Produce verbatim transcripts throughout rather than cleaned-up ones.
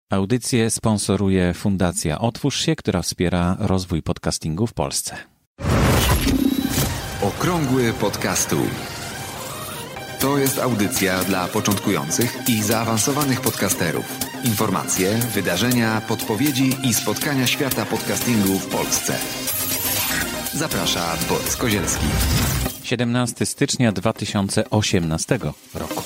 Audycję sponsoruje Fundacja Otwórz się, która wspiera rozwój podcastingu w Polsce. Okrągły podcastu. To jest audycja dla początkujących i zaawansowanych podcasterów. Informacje, wydarzenia, podpowiedzi i spotkania świata podcastingu w Polsce. Zaprasza Borys Kozielski. siedemnastego stycznia dwa tysiące osiemnastego roku.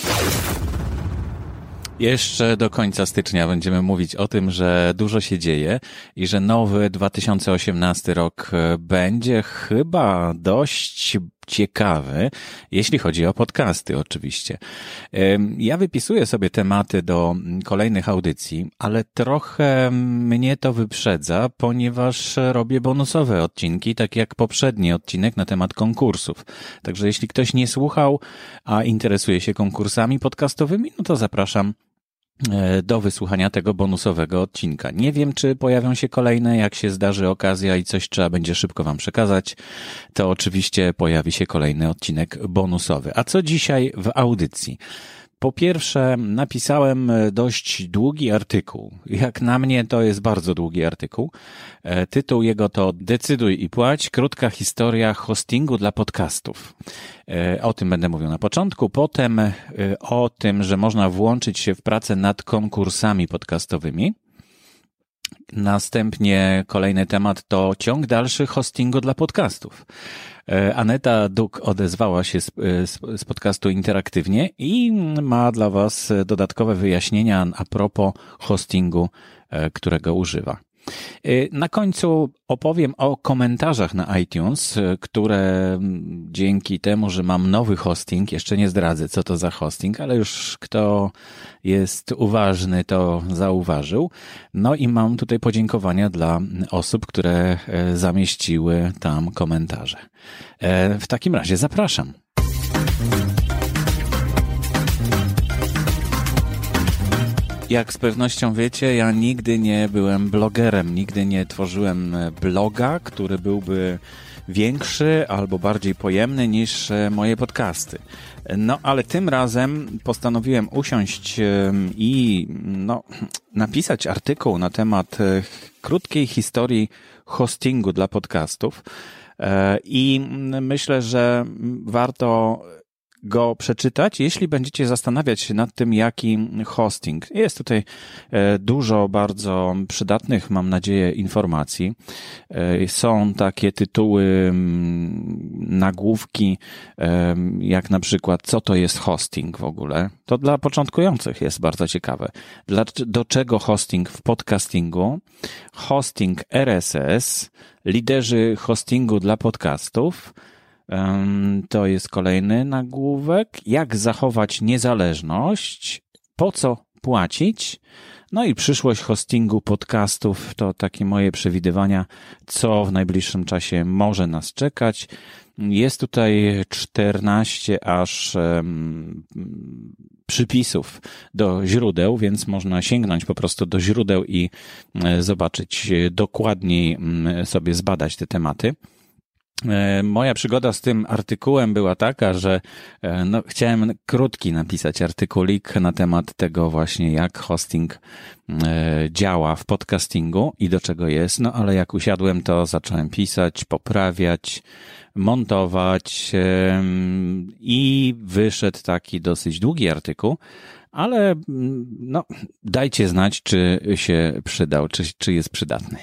Jeszcze do końca stycznia będziemy mówić o tym, że dużo się dzieje i że nowy dwa tysiące osiemnasty rok będzie chyba dość ciekawy, jeśli chodzi o podcasty oczywiście. Ja wypisuję sobie tematy do kolejnych audycji, ale trochę mnie to wyprzedza, ponieważ robię bonusowe odcinki, tak jak poprzedni odcinek na temat konkursów. Także jeśli ktoś nie słuchał, a interesuje się konkursami podcastowymi, no to zapraszam do wysłuchania tego bonusowego odcinka. Nie wiem, czy pojawią się kolejne, jak się zdarzy okazja i coś trzeba będzie szybko wam przekazać, to oczywiście pojawi się kolejny odcinek bonusowy. A co dzisiaj w audycji? Po pierwsze, napisałem dość długi artykuł. Jak na mnie, to jest bardzo długi artykuł. Tytuł jego to Decyduj i płać. Krótka historia hostingu dla podcastów. O tym będę mówił na początku. Potem o tym, że można włączyć się w pracę nad konkursami podcastowymi. Następnie kolejny temat to ciąg dalszy hostingu dla podcastów. Aneta Duk odezwała się z, z, z podcastu Interaktywnie i ma dla was dodatkowe wyjaśnienia a propos hostingu, którego używa. Na końcu opowiem o komentarzach na iTunes, które dzięki temu, że mam nowy hosting, jeszcze nie zdradzę, co to za hosting, ale już kto jest uważny, to zauważył. No i mam tutaj podziękowania dla osób, które zamieściły tam komentarze. W takim razie zapraszam. Jak z pewnością wiecie, ja nigdy nie byłem blogerem, nigdy nie tworzyłem bloga, który byłby większy albo bardziej pojemny niż moje podcasty. No, ale tym razem postanowiłem usiąść i no, napisać artykuł na temat krótkiej historii hostingu dla podcastów i myślę, że warto go przeczytać, jeśli będziecie zastanawiać się nad tym, jaki hosting. Jest tutaj dużo bardzo przydatnych, mam nadzieję, informacji. Są takie tytuły, nagłówki, jak na przykład, co to jest hosting w ogóle. To dla początkujących jest bardzo ciekawe. Dla, do czego hosting w podcastingu? Hosting R S S, liderzy hostingu dla podcastów. To jest kolejny nagłówek. Jak zachować niezależność? Po co płacić? No i przyszłość hostingu podcastów to takie moje przewidywania, co w najbliższym czasie może nas czekać. Jest tutaj czternaście aż um, przypisów do źródeł, więc można sięgnąć po prostu do źródeł i zobaczyć dokładniej, sobie zbadać te tematy. Moja przygoda z tym artykułem była taka, że no, chciałem krótki napisać artykulik na temat tego właśnie, jak hosting działa w podcastingu i do czego jest, no ale jak usiadłem, to zacząłem pisać, poprawiać, montować i wyszedł taki dosyć długi artykuł, ale no, dajcie znać, czy się przydał, czy, czy jest przydatny.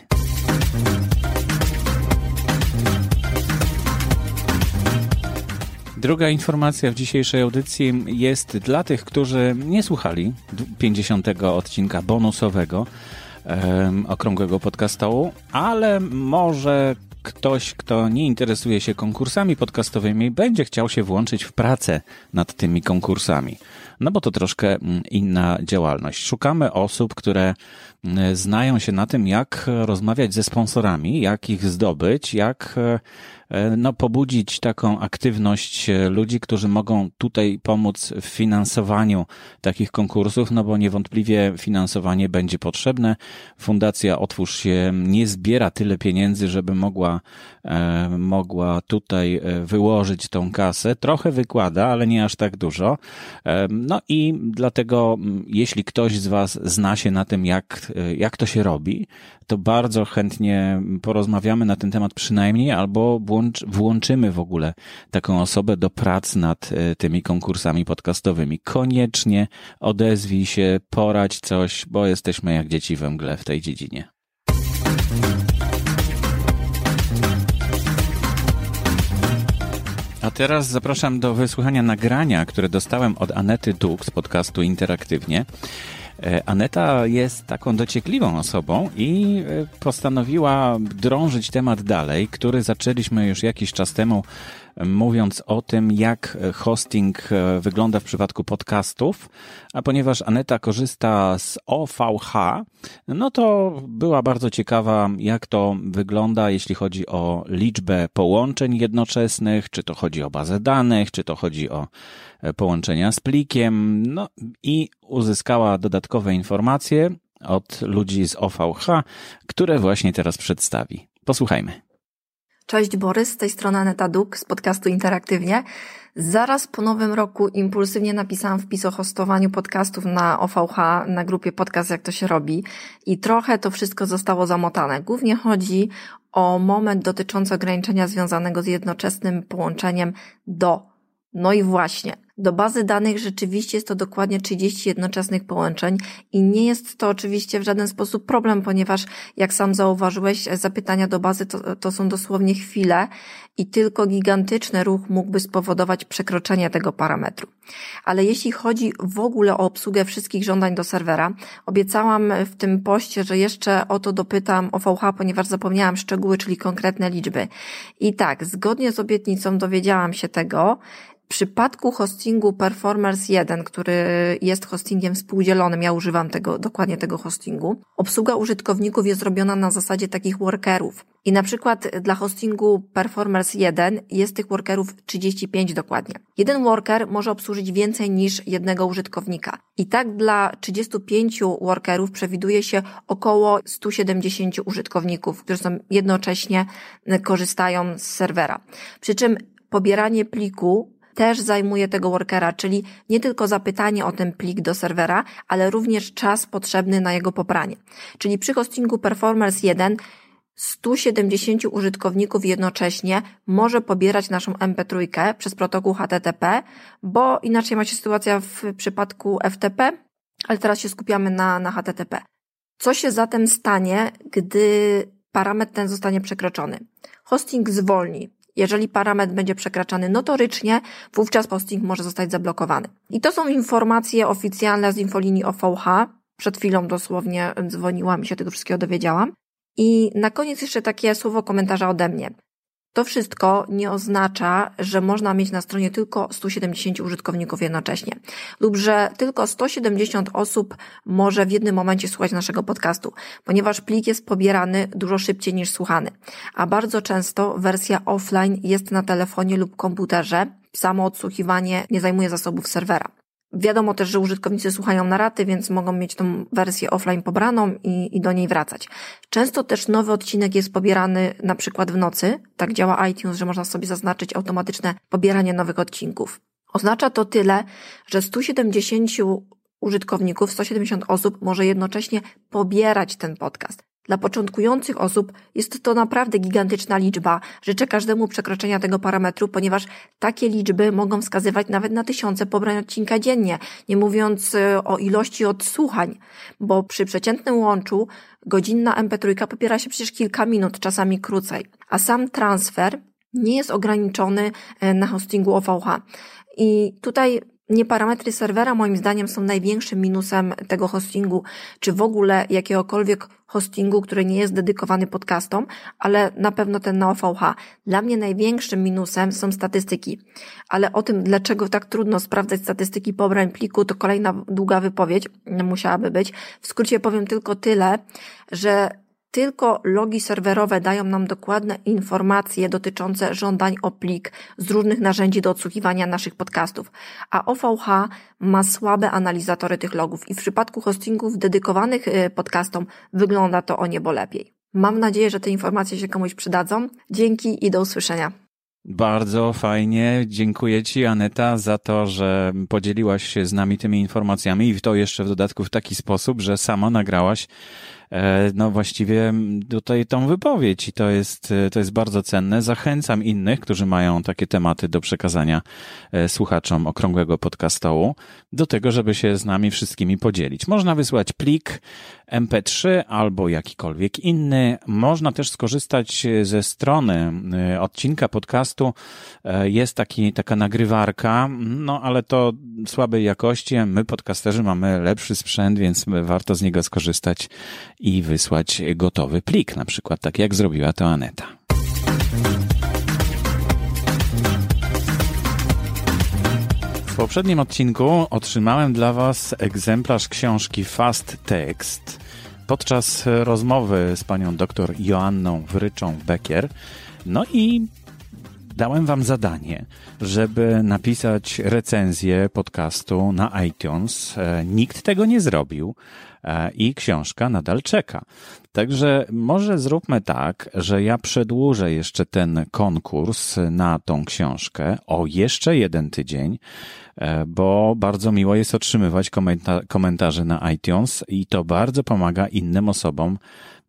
Druga informacja w dzisiejszej audycji jest dla tych, którzy nie słuchali pięćdziesiątego odcinka bonusowego um, Okrągłego Podcastu, ale może ktoś, kto nie interesuje się konkursami podcastowymi, będzie chciał się włączyć w pracę nad tymi konkursami. No bo to troszkę inna działalność. Szukamy osób, które znają się na tym, jak rozmawiać ze sponsorami, jak ich zdobyć, jak no, pobudzić taką aktywność ludzi, którzy mogą tutaj pomóc w finansowaniu takich konkursów, no bo niewątpliwie finansowanie będzie potrzebne. Fundacja Otwórz się nie zbiera tyle pieniędzy, żeby mogła, e, mogła tutaj wyłożyć tą kasę. Trochę wykłada, ale nie aż tak dużo. E, no i dlatego, jeśli ktoś z Was zna się na tym, jak, jak to się robi, to bardzo chętnie porozmawiamy na ten temat przynajmniej, albo włącz, włączymy w ogóle taką osobę do prac nad tymi konkursami podcastowymi. Koniecznie odezwij się, poradź coś, bo jesteśmy jak dzieci we mgle w tej dziedzinie. A teraz zapraszam do wysłuchania nagrania, które dostałem od Anety Duk z podcastu Interaktywnie. Aneta jest taką dociekliwą osobą i postanowiła drążyć temat dalej, który zaczęliśmy już jakiś czas temu, mówiąc o tym, jak hosting wygląda w przypadku podcastów, a ponieważ Aneta korzysta z O V H, no to była bardzo ciekawa, jak to wygląda, jeśli chodzi o liczbę połączeń jednoczesnych, czy to chodzi o bazę danych, czy to chodzi o połączenia z plikiem, no i uzyskała dodatkowe informacje od ludzi z O V H, które właśnie teraz przedstawi. Posłuchajmy. Cześć Borys, z tej strony Aneta Duk z podcastu Interaktywnie. Zaraz po nowym roku impulsywnie napisałam wpis o hostowaniu podcastów na O V H, na grupie Podcast Jak to się robi i trochę to wszystko zostało zamotane. Głównie chodzi o moment dotyczący ograniczenia związanego z jednoczesnym połączeniem do. No i właśnie, do bazy danych rzeczywiście jest to dokładnie trzydzieści jednoczesnych połączeń i nie jest to oczywiście w żaden sposób problem, ponieważ jak sam zauważyłeś, zapytania do bazy to, to są dosłownie chwile i tylko gigantyczny ruch mógłby spowodować przekroczenie tego parametru. Ale jeśli chodzi w ogóle o obsługę wszystkich żądań do serwera, obiecałam w tym poście, że jeszcze o to dopytam O V H, ponieważ zapomniałam szczegóły, czyli konkretne liczby. I tak, zgodnie z obietnicą dowiedziałam się tego. W przypadku hostingu Performers jeden, który jest hostingiem współdzielonym, ja używam tego, dokładnie tego hostingu, obsługa użytkowników jest robiona na zasadzie takich workerów. I na przykład dla hostingu Performers jeden jest tych workerów trzydzieści pięć dokładnie. Jeden worker może obsłużyć więcej niż jednego użytkownika. I tak dla trzydziestu pięciu workerów przewiduje się około stu siedemdziesięciu użytkowników, którzy są jednocześnie korzystają z serwera. Przy czym pobieranie pliku też zajmuje tego workera, czyli nie tylko zapytanie o ten plik do serwera, ale również czas potrzebny na jego pobranie. Czyli przy hostingu Performers jeden stu siedemdziesięciu użytkowników jednocześnie może pobierać naszą em pe trzy przez protokół H T T P, bo inaczej ma się sytuacja w przypadku F T P, ale teraz się skupiamy na, na H T T P. Co się zatem stanie, gdy parametr ten zostanie przekroczony? Hosting zwolni. Jeżeli parametr będzie przekraczany notorycznie, wówczas hosting może zostać zablokowany. I to są informacje oficjalne z infolinii O V H. Przed chwilą dosłownie dzwoniłam i się tego wszystkiego dowiedziałam. I na koniec jeszcze takie słowo komentarza ode mnie. To wszystko nie oznacza, że można mieć na stronie tylko stu siedemdziesięciu użytkowników jednocześnie lub że tylko sto siedemdziesiąt osób może w jednym momencie słuchać naszego podcastu, ponieważ plik jest pobierany dużo szybciej niż słuchany, a bardzo często wersja offline jest na telefonie lub komputerze, samo odsłuchiwanie nie zajmuje zasobów serwera. Wiadomo też, że użytkownicy słuchają na raty, więc mogą mieć tą wersję offline pobraną i, i do niej wracać. Często też nowy odcinek jest pobierany na przykład w nocy. Tak działa iTunes, że można sobie zaznaczyć automatyczne pobieranie nowych odcinków. Oznacza to tyle, że stu siedemdziesięciu użytkowników, sto siedemdziesiąt osób może jednocześnie pobierać ten podcast. Dla początkujących osób jest to naprawdę gigantyczna liczba. Życzę każdemu przekroczenia tego parametru, ponieważ takie liczby mogą wskazywać nawet na tysiące pobrań odcinka dziennie, nie mówiąc o ilości odsłuchań, bo przy przeciętnym łączu godzinna em pe trzy pobiera się przecież kilka minut, czasami krócej, a sam transfer nie jest ograniczony na hostingu O V H. I tutaj nie parametry serwera moim zdaniem są największym minusem tego hostingu, czy w ogóle jakiegokolwiek hostingu, który nie jest dedykowany podcastom, ale na pewno ten na O V H. Dla mnie największym minusem są statystyki, ale o tym, dlaczego tak trudno sprawdzać statystyki pobrań pliku, to kolejna długa wypowiedź musiałaby być. W skrócie powiem tylko tyle, że Tylko logi serwerowe dają nam dokładne informacje dotyczące żądań o plik z różnych narzędzi do odsłuchiwania naszych podcastów, a O V H ma słabe analizatory tych logów i w przypadku hostingów dedykowanych podcastom wygląda to o niebo lepiej. Mam nadzieję, że te informacje się komuś przydadzą. Dzięki i do usłyszenia. Bardzo fajnie. Dziękuję Ci, Aneta, za to, że podzieliłaś się z nami tymi informacjami i to jeszcze w dodatku w taki sposób, że sama nagrałaś no właściwie tutaj tą wypowiedź i to jest, to jest bardzo cenne. Zachęcam innych, którzy mają takie tematy do przekazania słuchaczom Okrągłego Podcastołu do tego, żeby się z nami wszystkimi podzielić. Można wysłać plik em pe trzy albo jakikolwiek inny. Można też skorzystać ze strony odcinka podcastu. Jest taki, taka nagrywarka, no ale to słabej jakości. My podcasterzy mamy lepszy sprzęt, więc warto z niego skorzystać i wysłać gotowy plik, na przykład tak jak zrobiła to Aneta. W poprzednim odcinku otrzymałem dla Was egzemplarz książki Fast Text podczas rozmowy z panią dr Joanną Wryczą-Bekier. No i dałem Wam zadanie, żeby napisać recenzję podcastu na iTunes. Nikt tego nie zrobił i książka nadal czeka. Także może zróbmy tak, że ja przedłużę jeszcze ten konkurs na tą książkę o jeszcze jeden tydzień, bo bardzo miło jest otrzymywać komenta- komentarze na iTunes i to bardzo pomaga innym osobom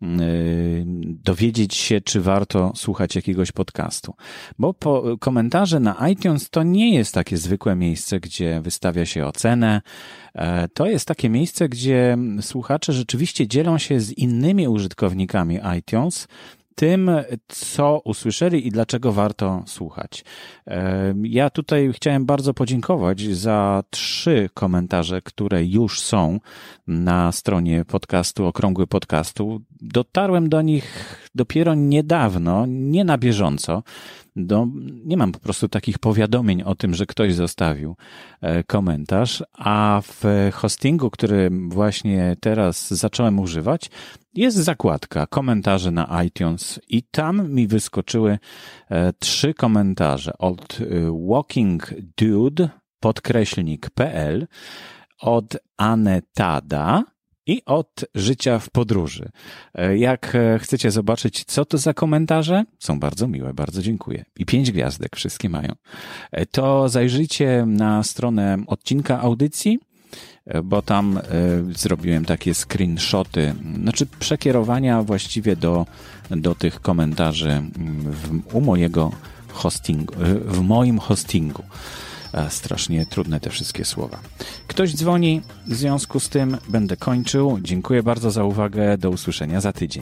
dowiedzieć się, czy warto słuchać jakiegoś podcastu. Bo po, komentarze na iTunes to nie jest takie zwykłe miejsce, gdzie wystawia się ocenę. To jest takie miejsce, gdzie słuchacze rzeczywiście dzielą się z innymi użytkownikami iTunes tym, co usłyszeli i dlaczego warto słuchać. Ja tutaj chciałem bardzo podziękować za trzy komentarze, które już są na stronie podcastu Okrągły Podcastu. Dotarłem do nich dopiero niedawno, nie na bieżąco. Do, nie mam po prostu takich powiadomień o tym, że ktoś zostawił komentarz, a w hostingu, który właśnie teraz zacząłem używać, jest zakładka komentarze na iTunes i tam mi wyskoczyły trzy komentarze od Walking Dude podkreślnik kropka pe el, od Anetada i od Życia w podróży. Jak chcecie zobaczyć, co to za komentarze, są bardzo miłe, bardzo dziękuję. I pięć gwiazdek wszystkie mają. To zajrzyjcie na stronę odcinka audycji, bo tam y, zrobiłem takie screenshoty, znaczy przekierowania właściwie do, do tych komentarzy w, u mojego hostingu, w moim hostingu. A, strasznie trudne te wszystkie słowa. Ktoś dzwoni, w związku z tym będę kończył. Dziękuję bardzo za uwagę. Do usłyszenia za tydzień.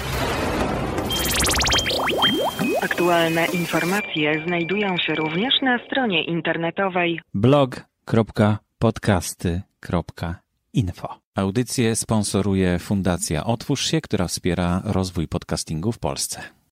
Aktualne informacje znajdują się również na stronie internetowej blog kropka podcasty kropka info. Audycję sponsoruje Fundacja Otwórz się, która wspiera rozwój podcastingu w Polsce.